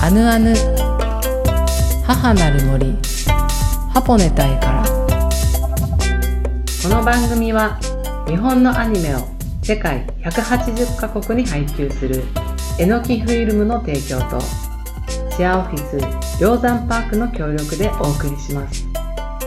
アヌアヌ母なる森ハポネタイから。この番組は日本のアニメを世界180カ国に配給するえのきフィルムの提供とシェアオフィス梁山パークの協力でお送りします。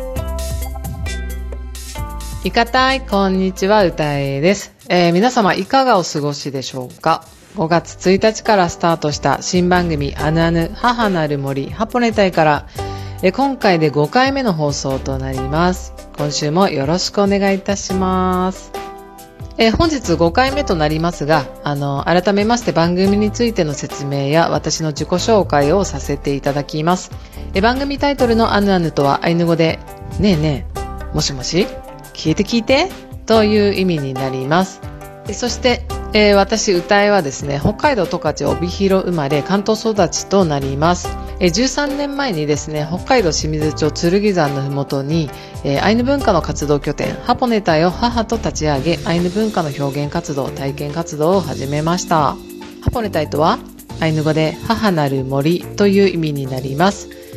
いかたい、こんにちは、うたえです。皆様いかがお過ごしでしょうか。5月1日からスタートした新番組アヌアヌ母なる森ハポネタイから、今回で5回目の放送となります。今週もよろしくお願いいたします。本日5回目となりますが、改めまして番組についての説明や私の自己紹介をさせていただきます。番組タイトルのアヌアヌとはアイヌ語でねえねえ、もしもし、聞いて聞いてという意味になります。そして、私歌えはですね、北海道十勝帯広生まれ関東育ちとなります。13年前にですね、北海道清水町剣山のふもとに、アイヌ文化の活動拠点ハポネタイを母と立ち上げ、アイヌ文化の表現活動体験活動を始めました。ハポネタイとはアイヌ語で母なる森という意味になります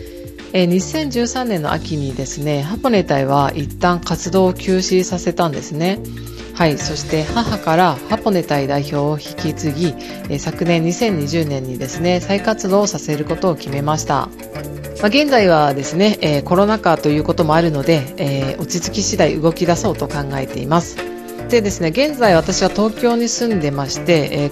。2013年の秋にですね、ハポネタイは一旦活動を休止させたんですね。はい、そして母からハポネタイ代表を引き継ぎ、昨年2020年にですね、再活動をさせることを決めました。現在はですね、コロナ禍ということもあるので、落ち着き次第動き出そうと考えています。でですね、現在私は東京に住んでまして、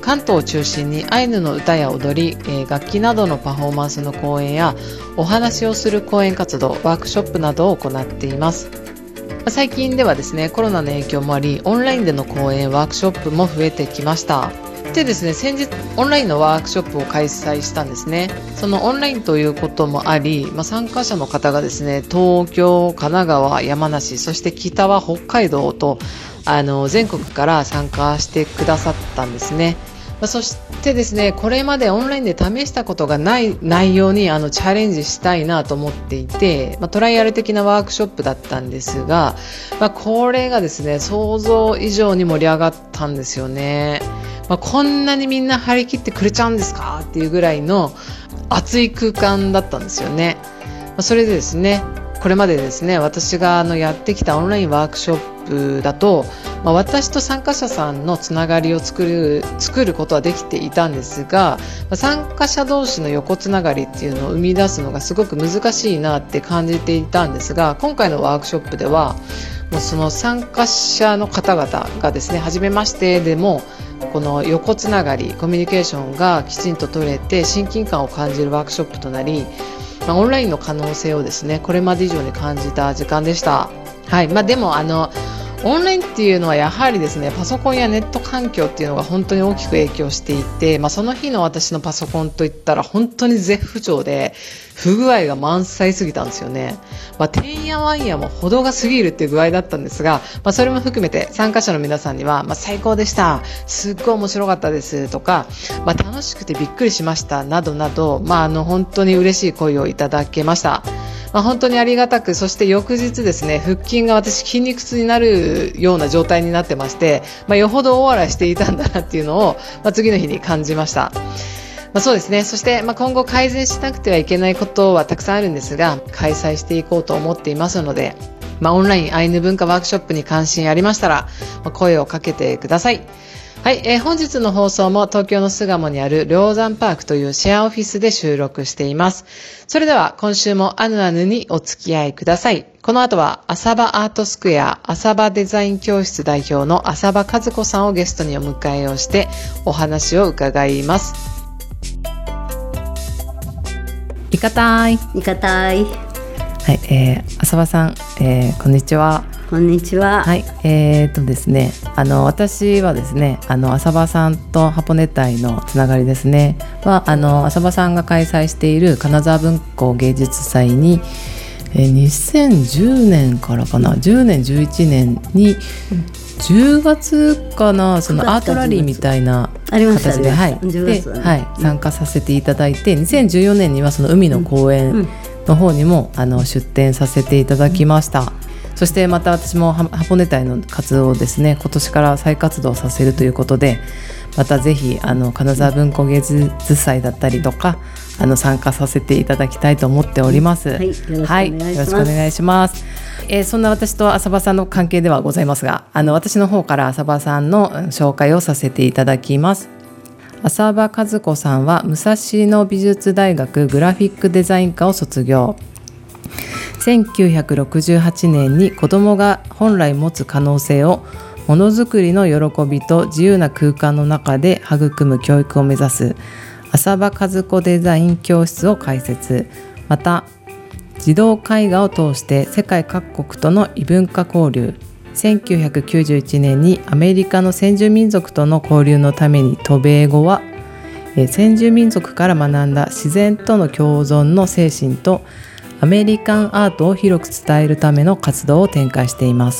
関東を中心にアイヌの歌や踊り、楽器などのパフォーマンスの講演やお話をする講演活動、ワークショップなどを行っています。最近ではですね、コロナの影響もあり、オンラインでの講演、ワークショップも増えてきました。でですね、先日オンラインのワークショップを開催したんですね。そのオンラインということもあり、参加者の方がですね、東京、神奈川、山梨、そして北は北海道と全国から参加してくださったんですね。そしてですね、これまでオンラインで試したことがない内容にチャレンジしたいなと思っていて、トライアル的なワークショップだったんですが、これがですね、想像以上に盛り上がったんですよね。こんなにみんな張り切ってくれちゃうんですかっていうぐらいの熱い空間だったんですよね。それでですね、これまでですね、私がやってきたオンラインワークショップだと、私と参加者さんのつながりを作ることはできていたんですが、参加者同士の横つながりっていうのを生み出すのがすごく難しいなって感じていたんですが、今回のワークショップではもうその参加者の方々がですね、初めましてでもこの横つながり、コミュニケーションがきちんと取れて親近感を感じるワークショップとなり、オンラインの可能性をですね、これまで以上に感じた時間でした。はい、でもオンラインっていうのはやはりですね、パソコンやネット環境っていうのが本当に大きく影響していて、その日の私のパソコンといったら本当に絶不調で不具合が満載すぎたんですよね。てんやわんやも程が過ぎるっていう具合だったんですが、それも含めて参加者の皆さんには、最高でした、すっごい面白かったですとか、楽しくてびっくりしましたなどなど、本当に嬉しい声をいただけました。本当にありがたく、そして翌日ですね、腹筋が私筋肉痛になるような状態になってまして、よほど大笑いしていたんだなっていうのを、次の日に感じました。そうですね。そして、今後改善しなくてはいけないことはたくさんあるんですが、開催していこうと思っていますので、オンラインアイヌ文化ワークショップに関心ありましたら、声をかけてください。はい、本日の放送も東京の巣鴨にある梁山パークというシェアオフィスで収録しています。それでは今週もアヌアヌにお付き合いください。この後は浅場アートスクエア浅場デザイン教室代表の浅場和子さんをゲストにお迎えをしてお話を伺います。いかたい。 いかたい。 はい、浅場さん、こんにちは。 こんにちは。 はい、ですね、私はですね、浅場さんとハポネタイのつながりですねは、浅場さんが開催している金沢文庫芸術祭に、2010年からかな、10年11年に10月かな、そのアートラリーみたいな形で、参加させていただいて、2014年にはその海の公園の方にも出展させていただきました。そしてまた私もハポネタイの活動をですね、今年から再活動させるということで、 またぜひ金沢文庫芸術祭だったりとか参加させていただきたいと思っております。 はい、よろしくお願いします。 よろしくお願いします。そんな私と浅場さんの関係ではございますが、私の方から浅場さんの紹介をさせていただきます。浅場和子さんは武蔵野美術大学グラフィックデザイン科を卒業。1968年に子どもが本来持つ可能性をものづくりの喜びと自由な空間の中で育む教育を目指す浅場和子デザイン教室を開設。また児童絵画を通して世界各国との異文化交流。1991年にアメリカの先住民族との交流のために渡米後は先住民族から学んだ自然との共存の精神とアメリカンアートを広く伝えるための活動を展開しています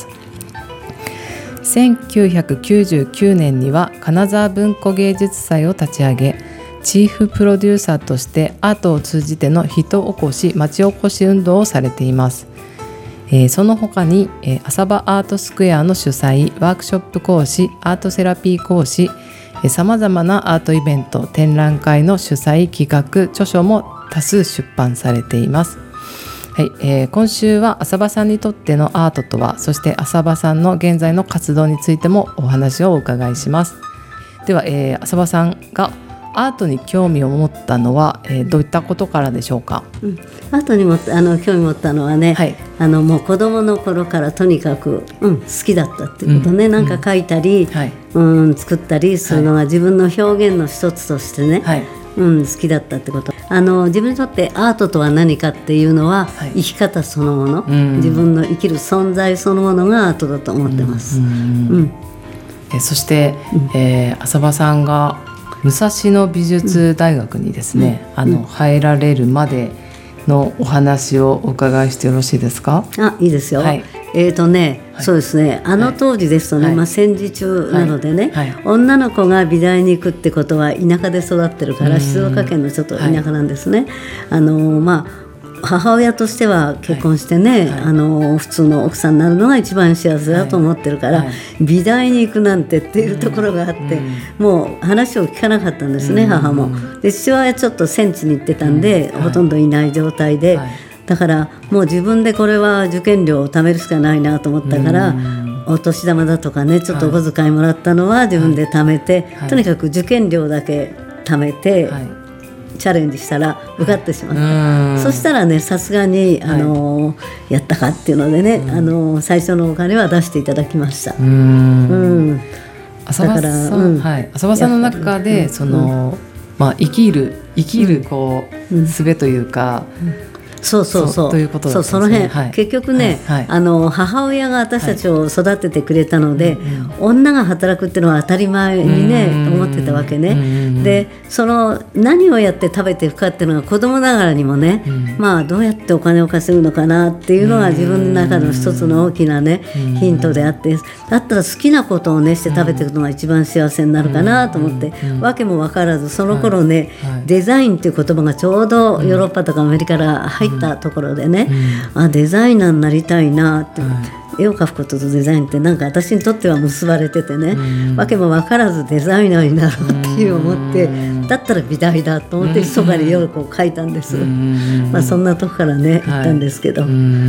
。1999年には金沢文庫芸術祭を立ち上げ、チーフプロデューサーとしてアートを通じての人おこし町おこし運動をされています。その他に、浅場アートスクエアの主催、ワークショップ講師、アートセラピー講師、さまざまなアートイベント、展覧会の主催、企画、著書も多数出版されています。今週は浅場さんにとってのアートとは、そして浅場さんの現在の活動についてもお話をお伺いします。では、浅場さんがアートに興味を持ったのは、どういったことからでしょうか？ アートに興味持ったのはね、もう子供の頃からとにかく、好きだったっていうことね、なんか描いたり、作ったりするのが自分の表現の一つとしてね、好きだったってこと。自分にとってアートとは何かっていうのは、生き方そのもの、自分の生きる存在そのものがアートだと思ってます。 そして、浅場さんが武蔵野美術大学にですね、入られるまでのお話をお伺いしてよろしいですか？ いいですよ。そうですね、当時ですとね、戦時中なのでね、女の子が美大に行くってことは田舎で育ってるから、静岡県のちょっと田舎なんですね。母親としては結婚してね、普通の奥さんになるのが一番幸せだと思ってるから、美大に行くなんてっていうところがあって、もう話を聞かなかったんですね、母も。で父親はちょっと戦地に行ってたんで、ほとんどいない状態で、だからもう自分でこれは受験料を貯めるしかないなと思ったから、お年玉だとかね、ちょっとお小遣いもらったのは自分で貯めて、とにかく受験料だけ貯めて、チャレンジしたら受かってしまった。そしたらね、さすがにやったかっていうのでね、最初のお金は出していただきました。 浅場さんの中で生きるこう術というか、 そうということだったんですね。その辺、結局ね、母親が私たちを育ててくれたので、女が働くっていうのは当たり前にね思ってたわけね。で何をやって食べていくかっていうのが子供ながらにもね、どうやってお金を稼ぐのかなっていうのが自分の中の一つの大きなねヒントであって、だったら好きなことをねして食べていくのが一番幸せになるかなと思って、わけも分からずその頃ね、デザインっていう言葉がちょうどヨーロッパとかアメリカから入ったところでね、デザイナーになりたいなって、絵を描くこととデザインってなんか私にとっては結ばれててね、わけも分からずデザイナーになろうっていう思って、だったら美大だと思って密かに絵をこう描いたんです。そんなとこからね行ったんですけど、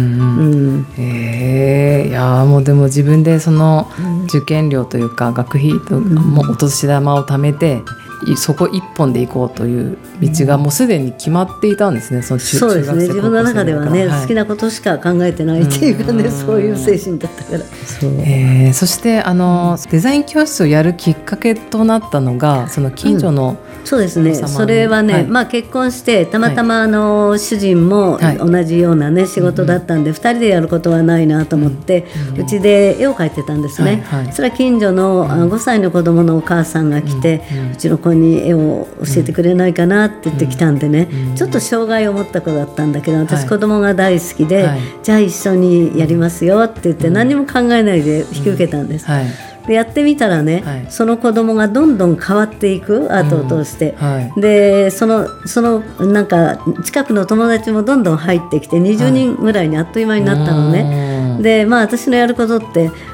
いやもうでも自分でその受験料というか学費ともお年玉を貯めてそこ一本で行こうという道がもうすでに決まっていたんですね。 そうですね、自分の中ではね、好きなことしか考えてないっていうかね、そういう精神だったから。 そしてデザイン教室をやるきっかけとなったのがその近所の、 そうですね、それはね、結婚してたまたま主人も同じようなね仕事だったんで、2人でやることはないなと思ってうちで絵を描いてたんですね。それは近所の5歳の子供のお母さんが来て、うちの子に絵を教えてくれないかなって言ってきたんでね、ちょっと障害を持った子だったんだけど、私子供が大好きで、じゃあ一緒にやりますよって言って何も考えないで引き受けたんです。でやってみたらね、その子供がどんどん変わっていく、アートを通して、でそのなんか近くの友達もどんどん入ってきて20人ぐらいにあっという間になったのね。で私のやることって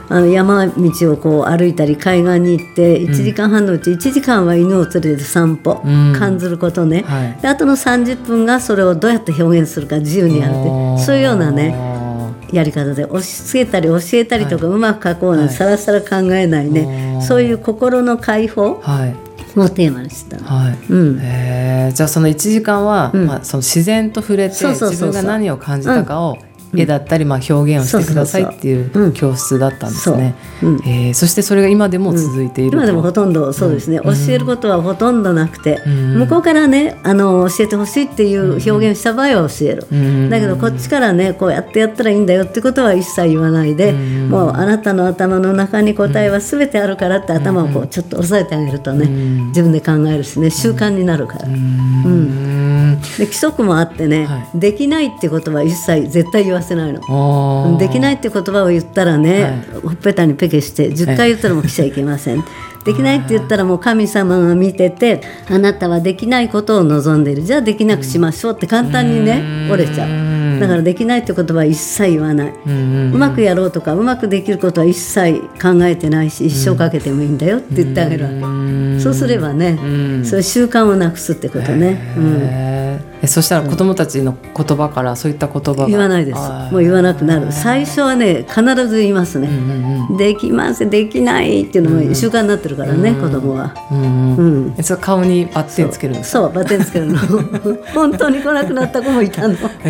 山道をこう歩いたり海岸に行って1時間半のうち1時間は犬を連れて散歩、感ずることね、であとの30分がそれをどうやって表現するか自由にやるってそういうようなねやり方で押し付けたり教えたりとかうまく書こうなんてさらさら考えないね、そういう心の解放をテーマにしてたの。 じゃあその1時間は、その自然と触れて自分が何を感じたかを絵だったり表現をしてくださいっていう教室だったんですね。そしてそれが今でも続いている、 今でもほとんどそうですね、教えることはほとんどなくて、向こうからね教えてほしいっていう表現した場合は教える、だけどこっちからねこうやってやったらいいんだよってことは一切言わないで、もうあなたの頭の中に答えは全てあるからって頭をこうちょっと押さえてあげるとね、自分で考えるしね習慣になるから。で規則もあってね、できないってことは一切絶対言わせないの。できないって言葉を言ったらね、ほっぺたにペケして10回言ったらもう来ちゃいけません。できないって言ったらもう神様が見てて、あなたはできないことを望んでいる、じゃあできなくしましょうって簡単にね折れちゃう。だからできないって言葉は一切言わない、うまくやろうとかうまくできることは一切考えてないし、一生かけてもいいんだよって言ってあげるわけ。そうすればね、そういう習慣をなくすってことね。 そしたら子どもたちの言葉からそういった言葉が言わないです。もう言わなくなる。最初はね必ず言いますね、できますできないっていうのも習慣になってるからね、子供は。それ顔にバッテンつけるんですか？そうバッテンつけるの本当に来なくなった子もいたの。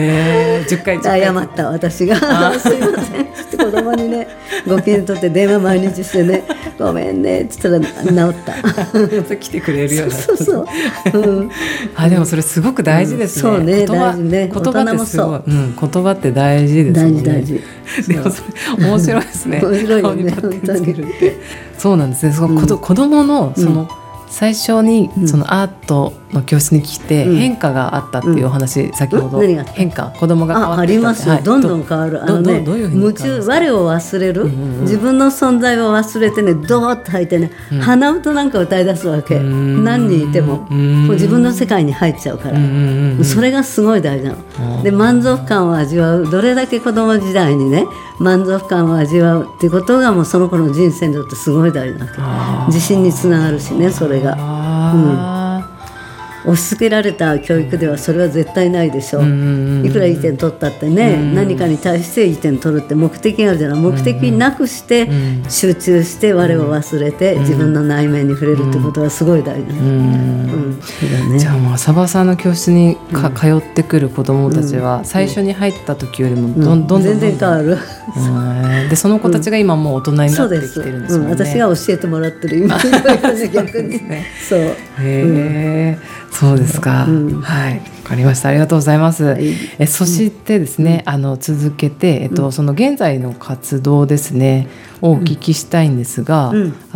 10回謝った私がすいませんって子供にねご機嫌取って電話毎日してねごめんねって言ったら治った来てくれるような。 そうでもそれすごく大事ですね。 そうね、大事ね。 言葉ってすごい、言葉って大事ですね。 大事。 でもそれ面白いですね。 面白いよね、本当に。 そうなんですね。子供のその最初にそのアートの教室に来て変化があったっていうお話、先ほど変化、子供が変わってたって。 ありますよ。どんどん変わる。 どういうふうに夢中、我を忘れる、自分の存在を忘れてね、ドーッと吐いてね、鼻歌なんか歌い出すわけ。何人いてももう自分の世界に入っちゃうから、それがすごい大事なの。で満足感を味わう、どれだけ子供時代にね満足感を味わうっていうことがもうその子の人生にとってすごい大事なわけ。自信につながるしね、それが。押し付けられた教育ではそれは絶対ないでしょう。いくらいい点取ったってね、何かに対していい点取るって目的があるじゃない。目的なくして集中して我を忘れて自分の内面に触れるってことはすごい大事な。 じゃあもう浅場さんの教室に通ってくる子どもたちは最初に入った時よりもどんどん全然変わる。 でその子たちが今もう大人になってきてるんですもんね。 私が教えてもらってる今逆にそう。 そうですか。はい、わかりました。ありがとうございます。そしてですね、続けてその現在の活動ですねをお聞きしたいんですが、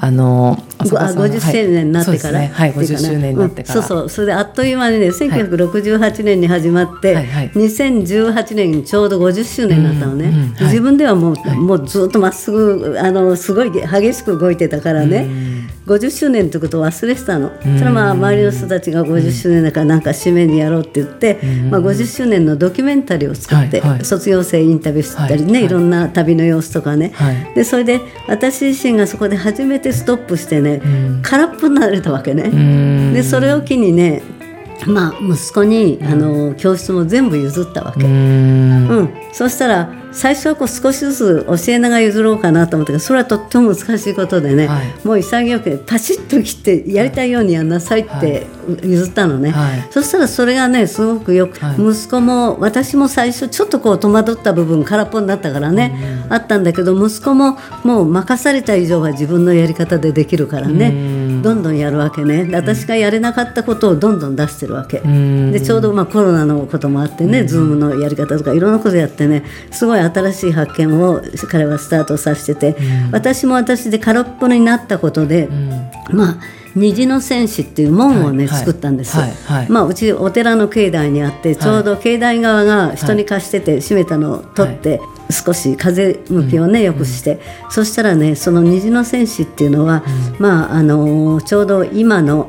50周年になってから、 50周年になってから、 そうそれであっという間にね1968年に始まって、2018年にちょうど50周年になったのね。自分ではもうずっとまっすぐすごい激しく動いてたからね、50周年ということを忘れてたの。それは周りの人たちが50周年だからなんか締めにやろうって言って、50周年のドキュメンタリーを作って、卒業生インタビューしたりね、いろんな旅の様子とかね、でそれで私自身がそこで初めてストップしてね、空っぽになれたわけね。でそれを機にね、息子に教室も全部譲ったわけ。そしたら最初は少しずつ教えながら譲ろうかなと思ったけど、それはとっても難しいことでね、もう潔くパシッと切ってやりたいようにやんなさいって譲ったのね。そしたらそれがねすごくよく、息子も私も最初ちょっと戸惑った部分空っぽになったからね、あったんだけど、息子ももう任された以上は自分のやり方でできるからね、どんどんやるわけね。で私がやれなかったことをどんどん出してるわけで、ちょうどコロナのこともあってね、ズームのやり方とかいろんなことやってね、すごい新しい発見を彼はスタートさせてて、私も私で空っぽになったことで、虹の戦士っていう門をね、作ったんです。うちお寺の境内にあって、ちょうど境内側が人に貸してて閉めたのを取って、少し風向きをね良くして、そしたらねその虹の戦士っていうのは、ちょうど今の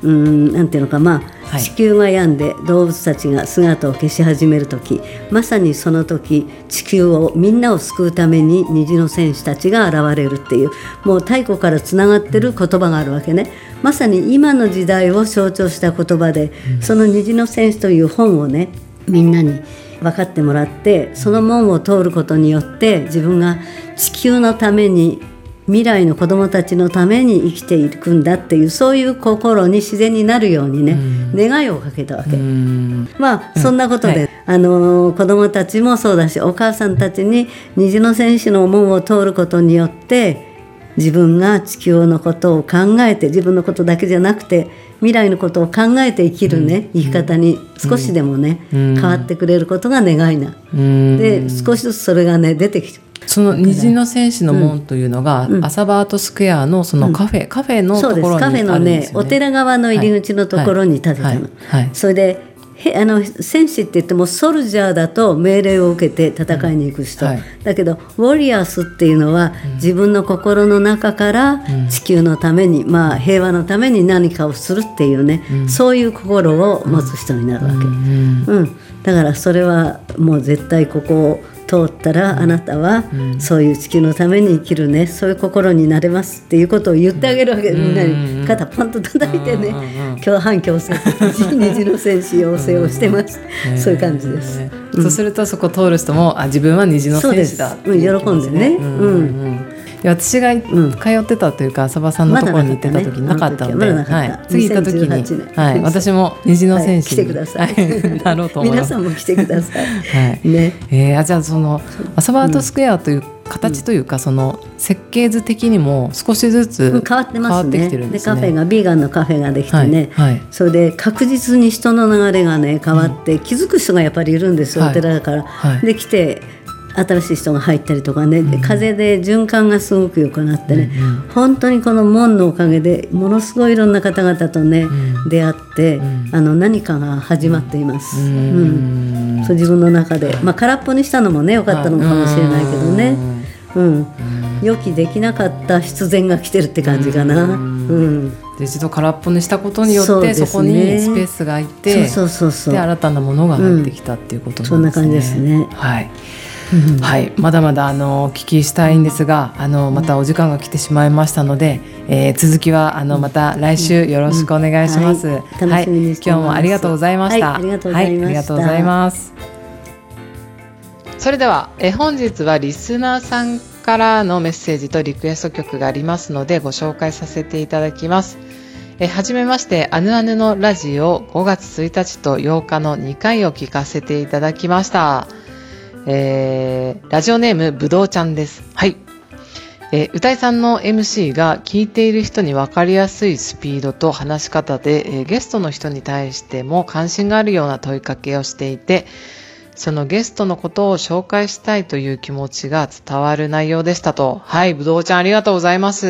なんていうのか、地球が病んで動物たちが姿を消し始める時、まさにその時地球をみんなを救うために虹の戦士たちが現れるっていう、もう太古からつながってる言葉があるわけね。まさに今の時代を象徴した言葉で、その虹の戦士という本をね、みんなに分かってもらって、その門を通ることによって自分が地球のために、未来の子どもたちのために生きていくんだっていう、そういう心に自然になるようにね、願いをかけたわけ。そんなことで、子どもたちもそうだし、お母さんたちに虹の戦士の門を通ることによって、自分が地球のことを考えて、自分のことだけじゃなくて未来のことを考えて生きるね、生き方に少しでもね、変わってくれることが願いな。で、少しずつそれがね出てきて、 その虹の戦士の門というのが、アサバートスクエアのそのカフェのところにあるんですよね。そうです、カフェのね、お寺側の入り口のところに建てたの。それで戦士って言ってもソルジャーだと命令を受けて戦いに行く人、だけどウォリアースっていうのは、自分の心の中から地球のために、平和のために何かをするっていうね、そういう心を持つ人になるわけ、だからそれはもう絶対ここを通ったら、あなたはそういう地球のために生きるね、そういう心になれますっていうことを言ってあげるわけで、みんなに肩パンと叩いてね、反強制的に虹の戦士養成をしてます、そういう感じです、そうするとそこ通る人も、自分は虹の戦士だっていう、 喜んでね、 私が通ってたというか、浅場さんのところに行ってた時になかったので、次行った時に、私も虹の戦士に、 来てくださいなろうと思います。 皆さんも来てください、 じゃあそのアサバートスクエアという形というか、その設計図的にも少しずつ変わってますね。 変わってきてるんですね。 でカフェがビーガンのカフェができてね、それで確実に人の流れがね変わって、気づく人がやっぱりいるんですよ、お寺だから、で来て新しい人が入ったりとかね、風で循環がすごく良くなってね、本当にこの門のおかげでものすごいいろんな方々とね、出会って、何かが始まっています、そう自分の中で、空っぽにしたのもね良かったのかもしれないけどね、予期できなかった必然が来てるって感じかな、 で一度空っぽにしたことによって、そこにスペースが空いて、で新たなものが入ってきたっていうことなんですね。 そんな感じですね。 まだまだお聞きしたいんですが、またお時間が来てしまいましたので、続きはまた来週よろしくお願いします。 楽しみにしてます。 今日もありがとうございました。 ありがとうございました。 ありがとうございます。それでは本日はリスナーさんからのメッセージとリクエスト曲がありますので、ご紹介させていただきます。はじめまして、アヌアヌのラジオ5月1日と8日の2回を聞かせていただきました。ラジオネームぶどうちゃんです。歌いさんの MC が聞いている人に分かりやすいスピードと話し方で、ゲストの人に対しても関心があるような問いかけをしていて、そのゲストのことを紹介したいという気持ちが伝わる内容でしたと。ぶどうちゃんありがとうございます。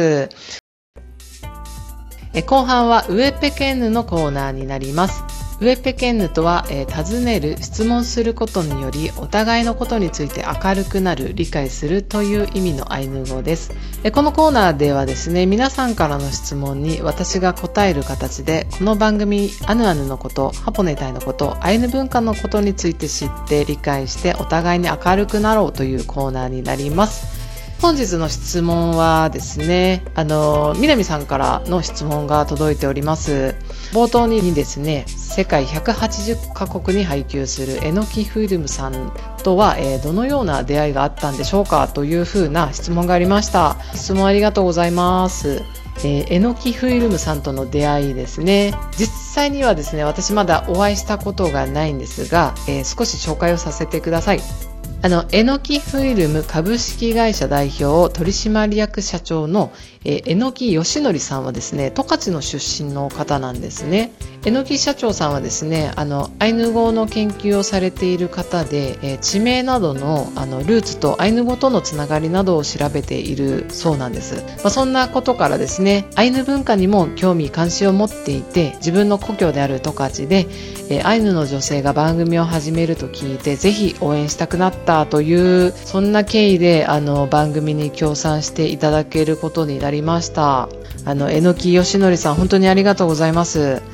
後半はウエペケンヌのコーナーになります。ウエペケンヌとは、尋ねる、質問することによりお互いのことについて明るくなる、理解するという意味のアイヌ語です。このコーナーではですね、皆さんからの質問に私が答える形で、この番組アヌアヌのこと、ハポネタイのこと、アイヌ文化のことについて知って理解してお互いに明るくなろうというコーナーになります。本日の質問はですね、南さんからの質問が届いております。冒頭にですね、世界180カ国に配給するエノキフィルムさんとは、どのような出会いがあったんでしょうかというふうな質問がありました。質問ありがとうございます。エノキフィルムさんとの出会いですね。実際にはですね、私まだお会いしたことがないんですが、少し紹介をさせてください。エノキフィルム株式会社代表取締役社長の榎木義則さんはですね、十勝の出身の方なんですね。榎木社長さんはですね、アイヌ語の研究をされている方で、地名などのルーツとアイヌ語とのつながりなどを調べているそうなんです。そんなことからですね、アイヌ文化にも興味関心を持っていて、自分の故郷である十勝で、アイヌの女性が番組を始めると聞いて、ぜひ応援したくなったという、そんな経緯で番組に協賛していただけることになりました。榎木義則さん、本当にありがとうございます。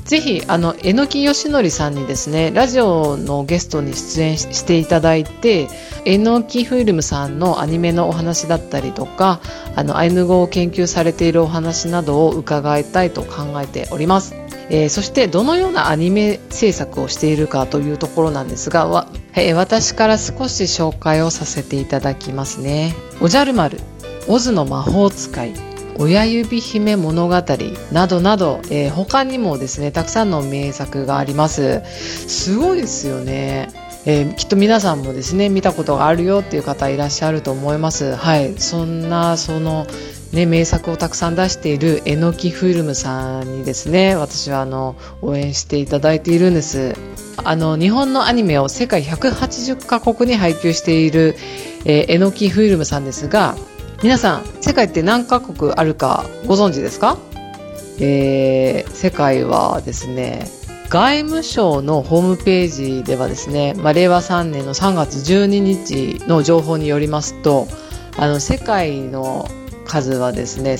ぜひ榎木義則さんにですねラジオのゲストに出演していただいて、榎木フィルムさんのアニメのお話だったりとかアイヌ語を研究されているお話などを伺いたいと考えております。そしてどのようなアニメ制作をしているかというところなんですが、私から少し紹介をさせていただきますね。おじゃる丸、オズの魔法使い、親指姫物語などなど、他にもですねたくさんの名作があります。すごいですよね。きっと皆さんもですね見たことがあるよっていう方いらっしゃると思います。はい、その名作をたくさん出している榎木フィルムさんにですね私は応援していただいているんです。日本のアニメを世界180カ国に配給している榎木フィルムさんですが、皆さん世界って何カ国あるかご存知ですか？世界はですね外務省のホームページではですね、令和3年の3月12日の情報によりますと世界の数はですね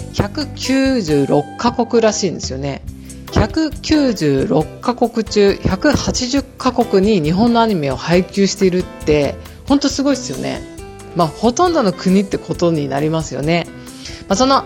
196カ国らしいんですよね。196カ国中180カ国に日本のアニメを配給しているって本当すごいですよね。ほとんどの国ってことになりますよね。その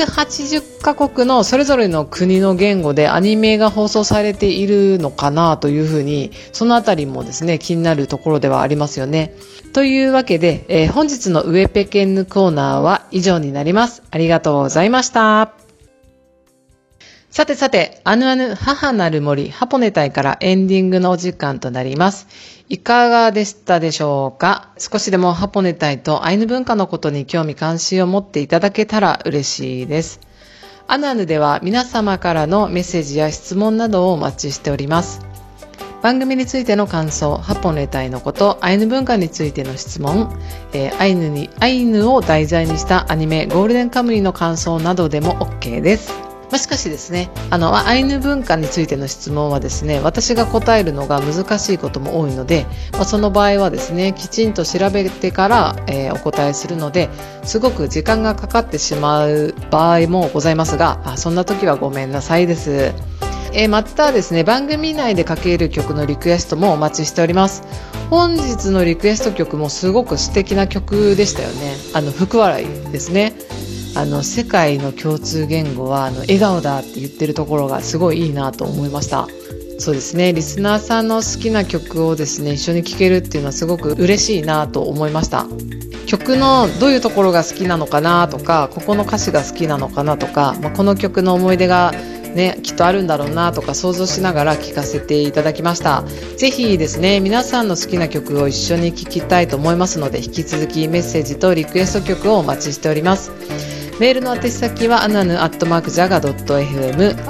180カ国のそれぞれの国の言語でアニメが放送されているのかなというふうに、そのあたりもですね気になるところではありますよね。というわけで、本日のウエペケンヌコーナーは以上になります。ありがとうございました。さて、アヌアヌ母なる森ハポネ隊からエンディングのお時間となります。いかがでしたでしょうか？少しでもハポネ隊とアイヌ文化のことに興味関心を持っていただけたら嬉しいです。アヌアヌでは皆様からのメッセージや質問などをお待ちしております。番組についての感想、ハポネ隊のこと、アイヌ文化についての質問、アイヌを題材にしたアニメゴールデンカムイの感想などでも OK です。しかしですね、アイヌ文化についての質問はですね、私が答えるのが難しいことも多いので、その場合はですね、きちんと調べてから、お答えするので、すごく時間がかかってしまう場合もございますが、そんな時はごめんなさいです。またですね、番組内でかける曲のリクエストもお待ちしております。本日のリクエスト曲もすごく素敵な曲でしたよね。福笑いですね。世界の共通言語は笑顔だって言ってるところがすごいいいなと思いました。そうですね、リスナーさんの好きな曲をですね一緒に聴けるっていうのはすごく嬉しいなと思いました。曲のどういうところが好きなのかなとか、ここの歌詞が好きなのかなとか、この曲の思い出がねきっとあるんだろうなとか想像しながら聴かせていただきました。ぜひですね皆さんの好きな曲を一緒に聴きたいと思いますので、引き続きメッセージとリクエスト曲をお待ちしております。メールの宛先はananu@jaga.fm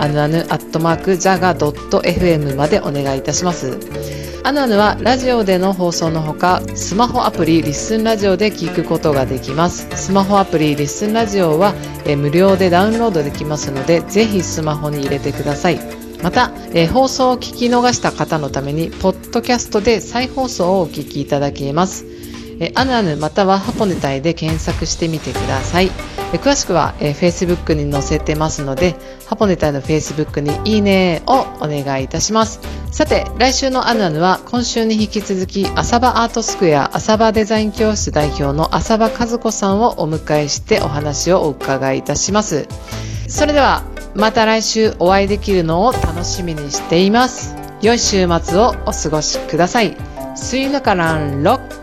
ananu@jaga.fm までお願いいたします。アナヌはラジオでの放送のほか、スマホアプリリッスンラジオで聞くことができます。スマホアプリリッスンラジオは無料でダウンロードできますので、ぜひスマホに入れてください。また、放送を聞き逃した方のためにポッドキャストで再放送をお聞きいただけます。アヌアヌまたはハポネ隊で検索してみてください。詳しくは、Facebook に載せてますので、ハポネ隊の Facebook にいいねをお願いいたします。さて、来週のアヌアヌは今週に引き続き浅場アートスクエア浅場デザイン教室代表の浅場和子さんをお迎えしてお話をお伺いいたします。それではまた来週お会いできるのを楽しみにしています。良い週末をお過ごしください。スイヌカランロック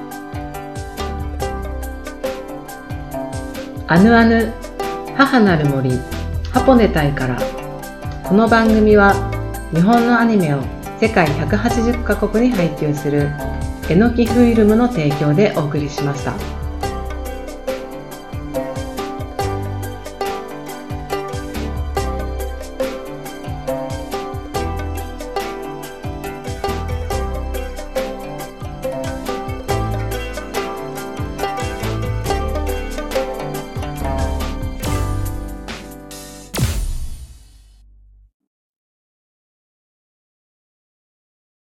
アヌアヌ母なる森ハポネ隊から。この番組は日本のアニメを世界180カ国に配給する榎木フィルムの提供でお送りしました。